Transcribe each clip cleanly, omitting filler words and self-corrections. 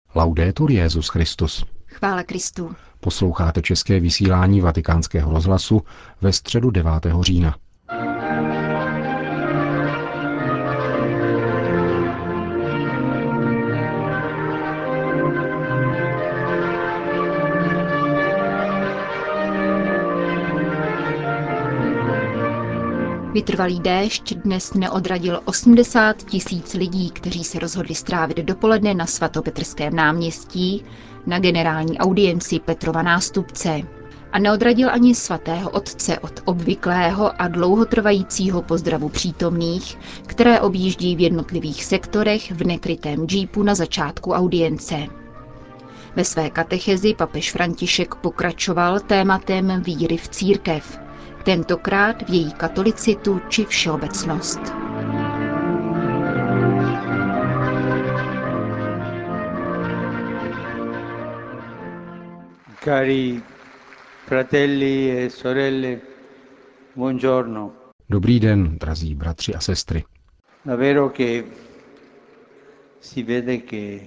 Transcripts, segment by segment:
Laudetur Jesus Christus. Chvála Kristu. Posloucháte české vysílání Vatikánského rozhlasu ve středu 9. října. Vytrvalý déšť dnes neodradil 80 000 lidí, kteří se rozhodli strávit dopoledne na svatopetrském náměstí na generální audienci Petrova nástupce. A neodradil ani svatého otce od obvyklého a dlouhotrvajícího pozdravu přítomných, které objíždí v jednotlivých sektorech v nekrytém džípu na začátku audience. Ve své katechezi papež František pokračoval tématem víry v církev, tentokrát v její katolicitu či všeobecnost. Cari fratelli e sorelle, buongiorno. Dobrý den, drazí bratři a sestry. Davvero che si vede che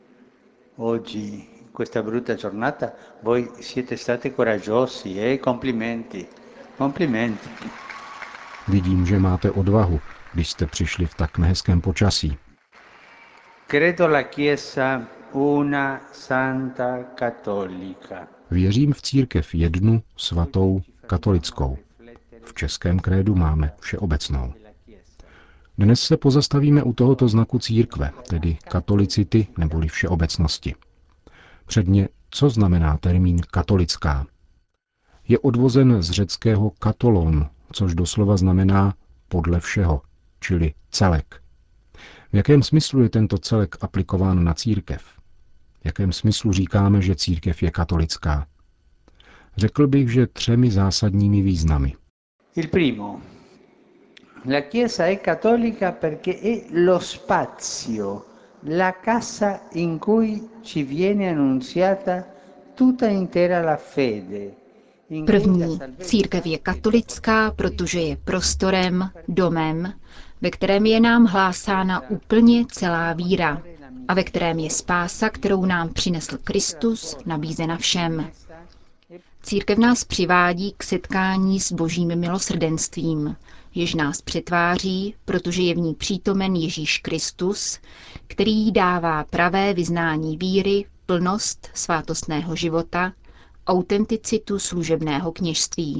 oggi, questa brutta giornata, voi siete stati coraggiosi, complimenti. Complimenti. Vidím, že máte odvahu, když jste přišli v tak nehezkém počasí. Credo la Chiesa una santa cattolica. Věřím v církev jednu, svatou, katolickou. V českém krédu máme všeobecnou. Dnes se pozastavíme u tohoto znaku církve, tedy katolicity neboli všeobecnosti. Předně, co znamená termín katolická? Je odvozen z řeckého katolon, což doslova znamená podle všeho, čili celek. V jakém smyslu je tento celek aplikován na církev? V jakém smyslu říkáme, že církev je katolická? Řekl bych, že 3 zásadními významy. Il primo, la Chiesa è cattolica perché è lo spazio, la casa in cui ci viene annunziata tutta intera la fede. První, církev je katolická, protože je prostorem, domem, ve kterém je nám hlásána úplně celá víra a ve kterém je spása, kterou nám přinesl Kristus, nabízena všem. Církev nás přivádí k setkání s božím milosrdenstvím, jež nás přetváří, protože je v ní přítomen Ježíš Kristus, který jí dává pravé vyznání víry, plnost svátostného života, autenticitu služebného kněžství.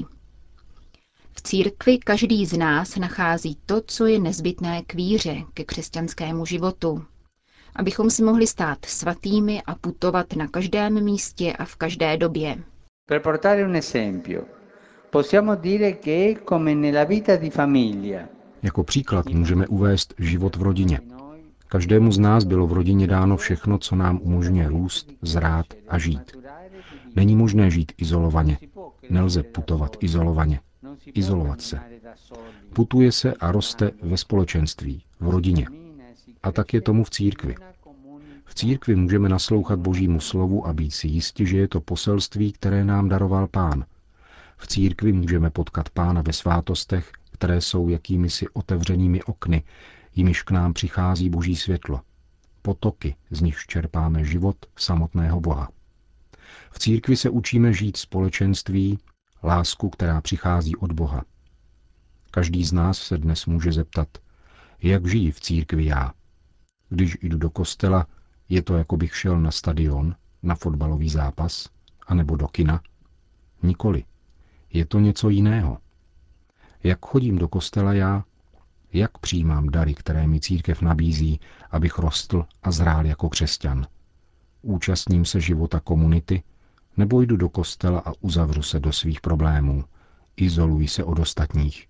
V církvi každý z nás nachází to, co je nezbytné k víře, ke křesťanskému životu, abychom si mohli stát svatými a putovat na každém místě a v každé době. Per portare un esempio, possiamo dire che è come nella vita di famiglia. Jako příklad můžeme uvést život v rodině. Každému z nás bylo v rodině dáno všechno, co nám umožňuje růst, zrát a žít. Není možné žít izolovaně. Nelze putovat izolovaně. Izolovat se. Putuje se a roste ve společenství, v rodině. A tak je tomu v církvi. V církvi můžeme naslouchat Božímu slovu a být si jisti, že je to poselství, které nám daroval Pán. V církvi můžeme potkat Pána ve svátostech, které jsou jakýmisi otevřenými okny, jimiž k nám přichází Boží světlo. Potoky, z nichž čerpáme život samotného Boha. V církvi se učíme žít společenství, lásku, která přichází od Boha. Každý z nás se dnes může zeptat, jak žijí v církvi já. Když jdu do kostela, je to, jako bych šel na stadion, na fotbalový zápas, anebo do kina? Nikoli. Je to něco jiného. Jak chodím do kostela já? Jak přijímám dary, které mi církev nabízí, abych rostl a zrál jako křesťan? Účastním se života komunity, nebo jdu do kostela a uzavřu se do svých problémů, izoluji se od ostatních?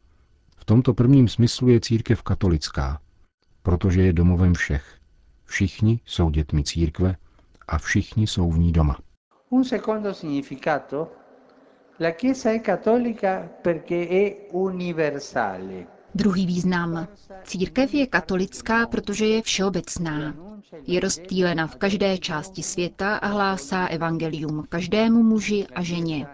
V tomto prvním smyslu je církev katolická, protože je domovem všech. Všichni jsou dětmi církve a všichni jsou v ní doma. Un secondo significato, la Chiesa è cattolica perché è universale. Druhý význam. Církev je katolická, protože je všeobecná. Je rozptýlena v každé části světa a hlásá evangelium každému muži a ženě.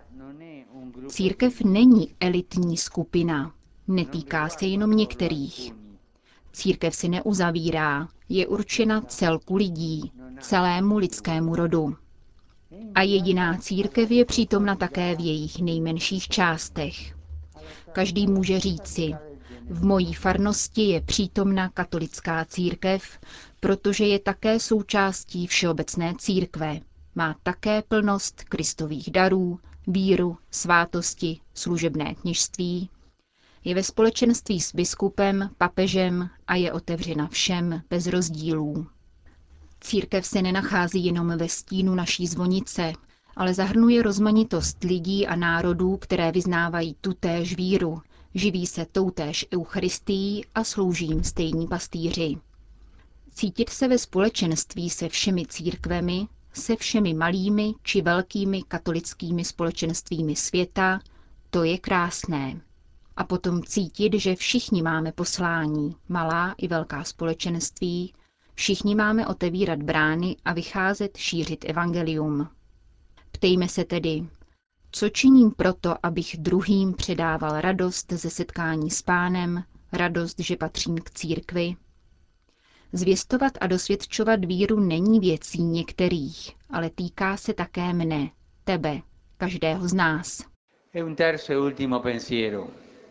Církev není elitní skupina. Netýká se jenom některých. Církev si neuzavírá, je určena celku lidí. celému lidskému rodu. A jediná církev je přítomna také v jejich nejmenších částech. Každý může říci, v mojí farnosti je přítomna katolická církev, protože je také součástí všeobecné církve. Má také plnost Kristových darů, víru, svátosti, služebné kněžství. Je ve společenství s biskupem, papežem a je otevřena všem bez rozdílů. Církev se nenachází jenom ve stínu naší zvonice, ale zahrnuje rozmanitost lidí a národů, které vyznávají tutéž víru, živí se toutéž eucharistií a slouží jim stejní pastýři. Cítit se ve společenství se všemi církvemi, se všemi malými či velkými katolickými společenstvími světa, to je krásné. A potom cítit, že všichni máme poslání, malá i velká společenství, všichni máme otevírat brány a vycházet šířit evangelium. Ptejme se tedy, co činím proto, abych druhým předával radost ze setkání s Pánem, radost, že patřím k církvi? Zvěstovat a dosvědčovat víru není věcí některých, ale týká se také mne, tebe, každého z nás. E un terzo e ultimo pensiero.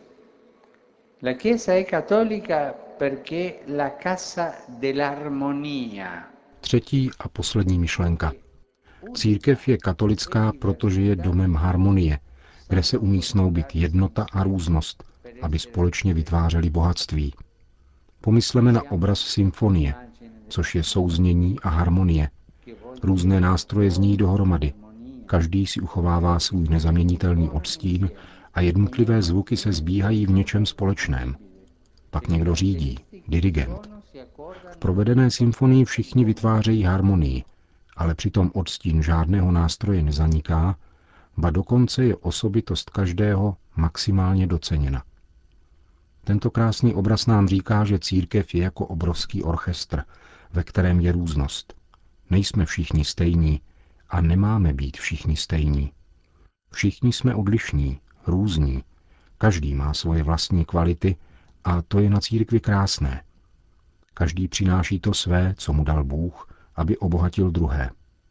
La Chiesa è cattolica perché la casa dell'armonia. Třetí a poslední myšlenka. Církev je katolická, protože je domem harmonie, kde se umí snoubit jednota a různost, aby společně vytvářeli bohatství. Pomysleme na obraz symfonie, což je souznění a harmonie. Různé nástroje zní dohromady. Každý si uchovává svůj nezaměnitelný odstín a jednotlivé zvuky se sbíhají v něčem společném. Pak někdo řídí, dirigent. V provedené symfonii všichni vytvářejí harmonii, ale přitom odstín žádného nástroje nezaniká, ba dokonce je osobitost každého maximálně doceněna. Tento krásný obraz nám říká, že církev je jako obrovský orchestr, ve kterém je různost. Nejsme všichni stejní a nemáme být všichni stejní. Všichni jsme odlišní, různí, každý má svoje vlastní kvality a to je na církvi krásné. Každý přináší to své, co mu dal Bůh, aby obohatil druhé.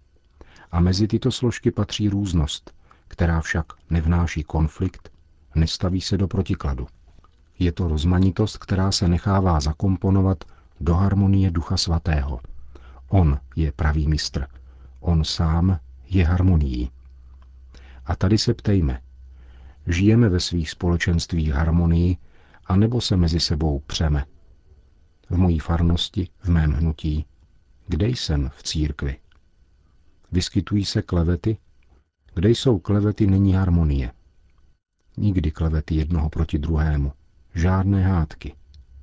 A mezi tyto složky patří různost, která však nevnáší konflikt, nestaví se do protikladu. Je to rozmanitost, která se nechává zakomponovat do harmonie Ducha Svatého. On je pravý mistr. On sám je harmonií. A tady se ptejme, žijeme ve svých společenstvích harmonii, anebo se mezi sebou přeme? V mojí farnosti, v mém hnutí, kde jsem v církvi? Vyskytují se klevety? Kde jsou klevety, není harmonie. Nikdy klevety jednoho proti druhému. Žádné hádky.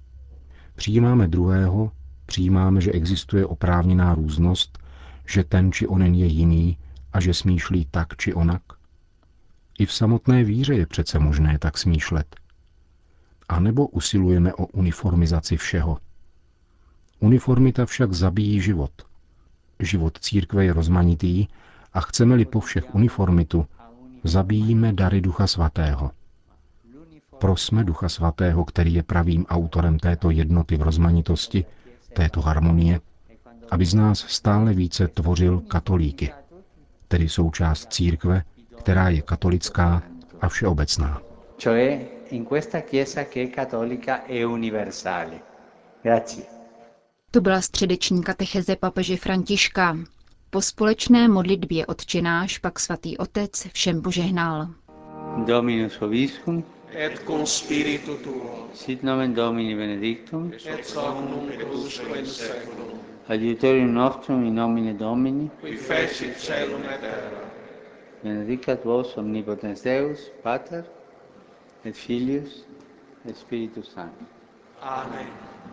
Přijímáme druhého, přijímáme, že existuje oprávněná různost, že ten či onen je jiný a že smýšlí tak či onak. I v samotné víře je přece možné tak smýšlet. A nebo usilujeme o uniformizaci všeho. Uniformita však zabíjí život. Život církve je rozmanitý a chceme-li po všech uniformitu, zabíjíme dary Ducha Svatého. Prosme Ducha Svatého, který je pravým autorem této jednoty v rozmanitosti, této harmonie, aby z nás stále více tvořil katolíky, tedy součást církve, která je katolická a všeobecná. Cioè in questa Chiesa che è cattolica e universale. Grazie. To byla středeční katecheze papeže Františka. Po společné modlitbě Otčenáš pak svatý otec všem požehnal. Dominus vobiscum, et cum spiritu tuo, sit nomen Domini benedictum, et hoc nunc et usque in seculum, adiutorium nostrum in nomine Domini, qui fecit caelum et terra. benedicat vos omnipotens Deus, Pater, et Filius, et Spiritus Sanctus. Amen.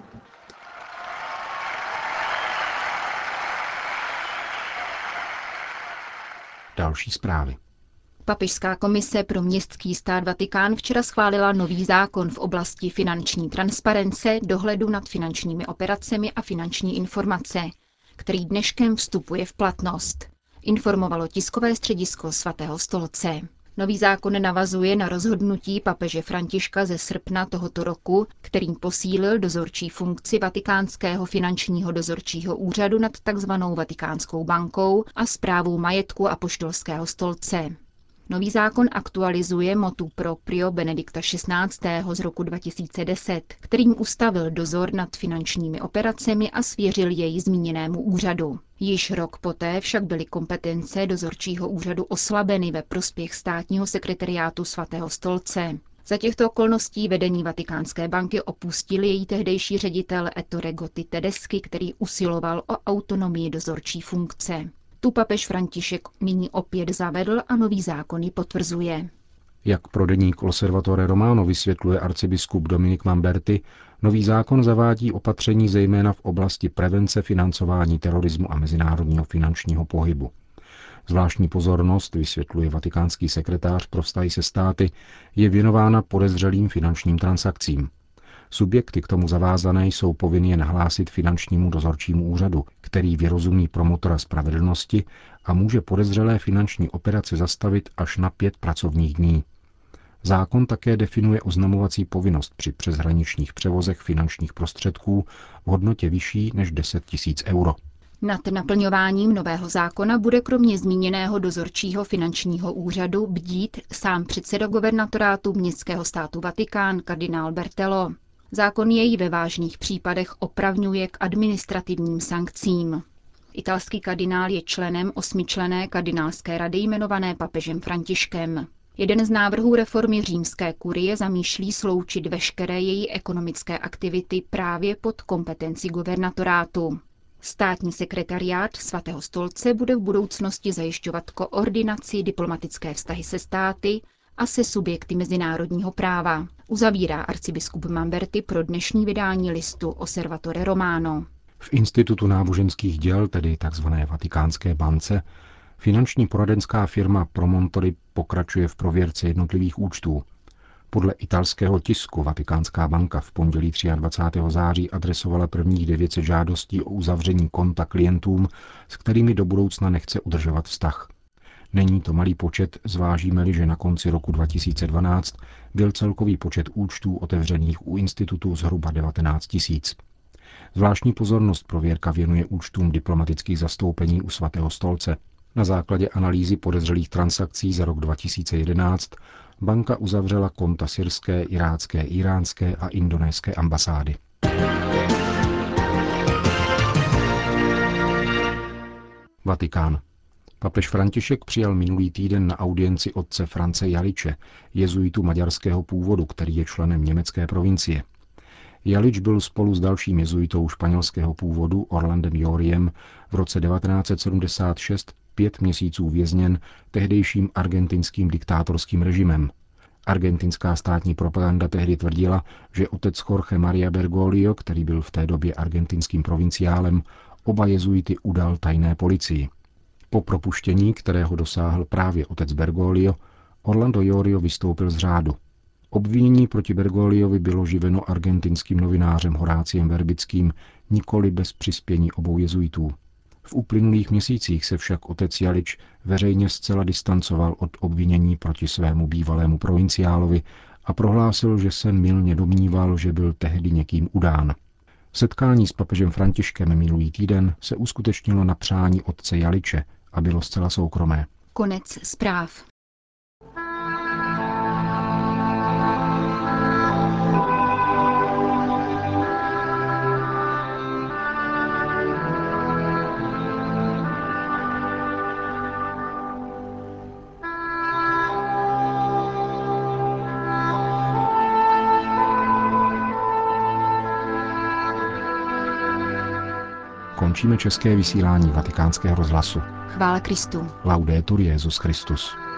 Další zprávy. Papežská komise pro městský stát Vatikán včera schválila nový zákon v oblasti finanční transparence, dohledu nad finančními operacemi a finanční informace, který dneškem vstupuje v platnost, informovalo tiskové středisko Svatého stolce. Nový zákon navazuje na rozhodnutí papeže Františka ze srpna tohoto roku, kterým posílil dozorčí funkci Vatikánského finančního dozorčího úřadu nad tzv. Vatikánskou bankou a správou majetku Apoštolského stolce. Nový zákon aktualizuje motu proprio Benedikta XVI. Z roku 2010, kterým ustavil dozor nad finančními operacemi a svěřil jej zmíněnému úřadu. Již rok poté však byly kompetence dozorčího úřadu oslabeny ve prospěch státního sekretariátu Svatého stolce. Za těchto okolností vedení Vatikánské banky opustil její tehdejší ředitel Ettore Gotti Tedeschi, který usiloval o autonomii dozorčí funkce. Tu papež František nyní opět zavedl a nový zákon ji potvrzuje. Jak pro deník Osservatore Romano vysvětluje arcibiskup Dominik Mamberti, nový zákon zavádí opatření zejména v oblasti prevence financování terorismu a mezinárodního finančního pohybu. Zvláštní pozornost, vysvětluje vatikánský sekretář pro vztahy se státy, je věnována podezřelým finančním transakcím. Subjekty k tomu zavázané jsou povinny je nahlásit finančnímu dozorčímu úřadu, který vyrozumí promotora spravedlnosti a může podezřelé finanční operace zastavit až na 5 pracovních dní. Zákon také definuje oznamovací povinnost při přeshraničních převozech finančních prostředků v hodnotě vyšší než 10 000 euro. Nad naplňováním nového zákona bude kromě zmíněného dozorčího finančního úřadu bdít sám předseda guvernatorátu městského státu Vatikán kardinál Bertelo. Zákon jej ve vážných případech opravňuje k administrativním sankcím. Italský kardinál je členem 8členné kardinálské rady jmenované papežem Františkem. Jeden z návrhů reformy římské kurie zamýšlí sloučit veškeré její ekonomické aktivity právě pod kompetenci guvernatorátu. Státní sekretariát Svatého stolce bude v budoucnosti zajišťovat koordinaci diplomatické vztahy se státy a se subjekty mezinárodního práva, uzavírá arcibiskup Mamberti pro dnešní vydání listu Osservatore Romano. V Institutu náboženských děl, tedy tzv. Vatikánské bance, finanční poradenská firma Promontory pokračuje v prověrce jednotlivých účtů. Podle italského tisku Vatikánská banka v pondělí 23. září adresovala prvních 900 žádostí o uzavření konta klientům, s kterými do budoucna nechce udržovat vztah. Není to malý počet, zvážíme-li, že na konci roku 2012 byl celkový počet účtů otevřených u institutu zhruba 19 000. Zvláštní pozornost prověrka věnuje účtům diplomatických zastoupení u Svatého stolce. Na základě analýzy podezřelých transakcí za rok 2011 banka uzavřela konta syrské, irácké, íránské a indonéské ambasády. Vatikán. Papež František přijal minulý týden na audienci otce France Jaliče, jezuitu maďarského původu, který je členem německé provincie. Jalič byl spolu s dalším jezuitou španělského původu Orlandem Joriem v roce 1976 5 měsíců vězněn tehdejším argentinským diktátorským režimem. Argentinská státní propaganda tehdy tvrdila, že otec Jorge Maria Bergoglio, který byl v té době argentinským provinciálem, oba jezuity udal tajné policii. Po propuštění, kterého dosáhl právě otec Bergoglio, Orlando Jorio vystoupil z řádu. Obvinění proti Bergogliovi bylo živeno argentinským novinářem Horáciem Verbickým nikoli bez přispění obou jezuitů. V uplynulých měsících se však otec Jalič veřejně zcela distancoval od obvinění proti svému bývalému provinciálovi a prohlásil, že se mylně domníval, že byl tehdy někým udán. Setkání s papežem Františkem minulý týden se uskutečnilo na přání otce Jaliče a bylo zcela soukromé. Konec zpráv. Končíme české vysílání Vatikánského rozhlasu. Chvála Kristu. Laudetur Jesus Christus.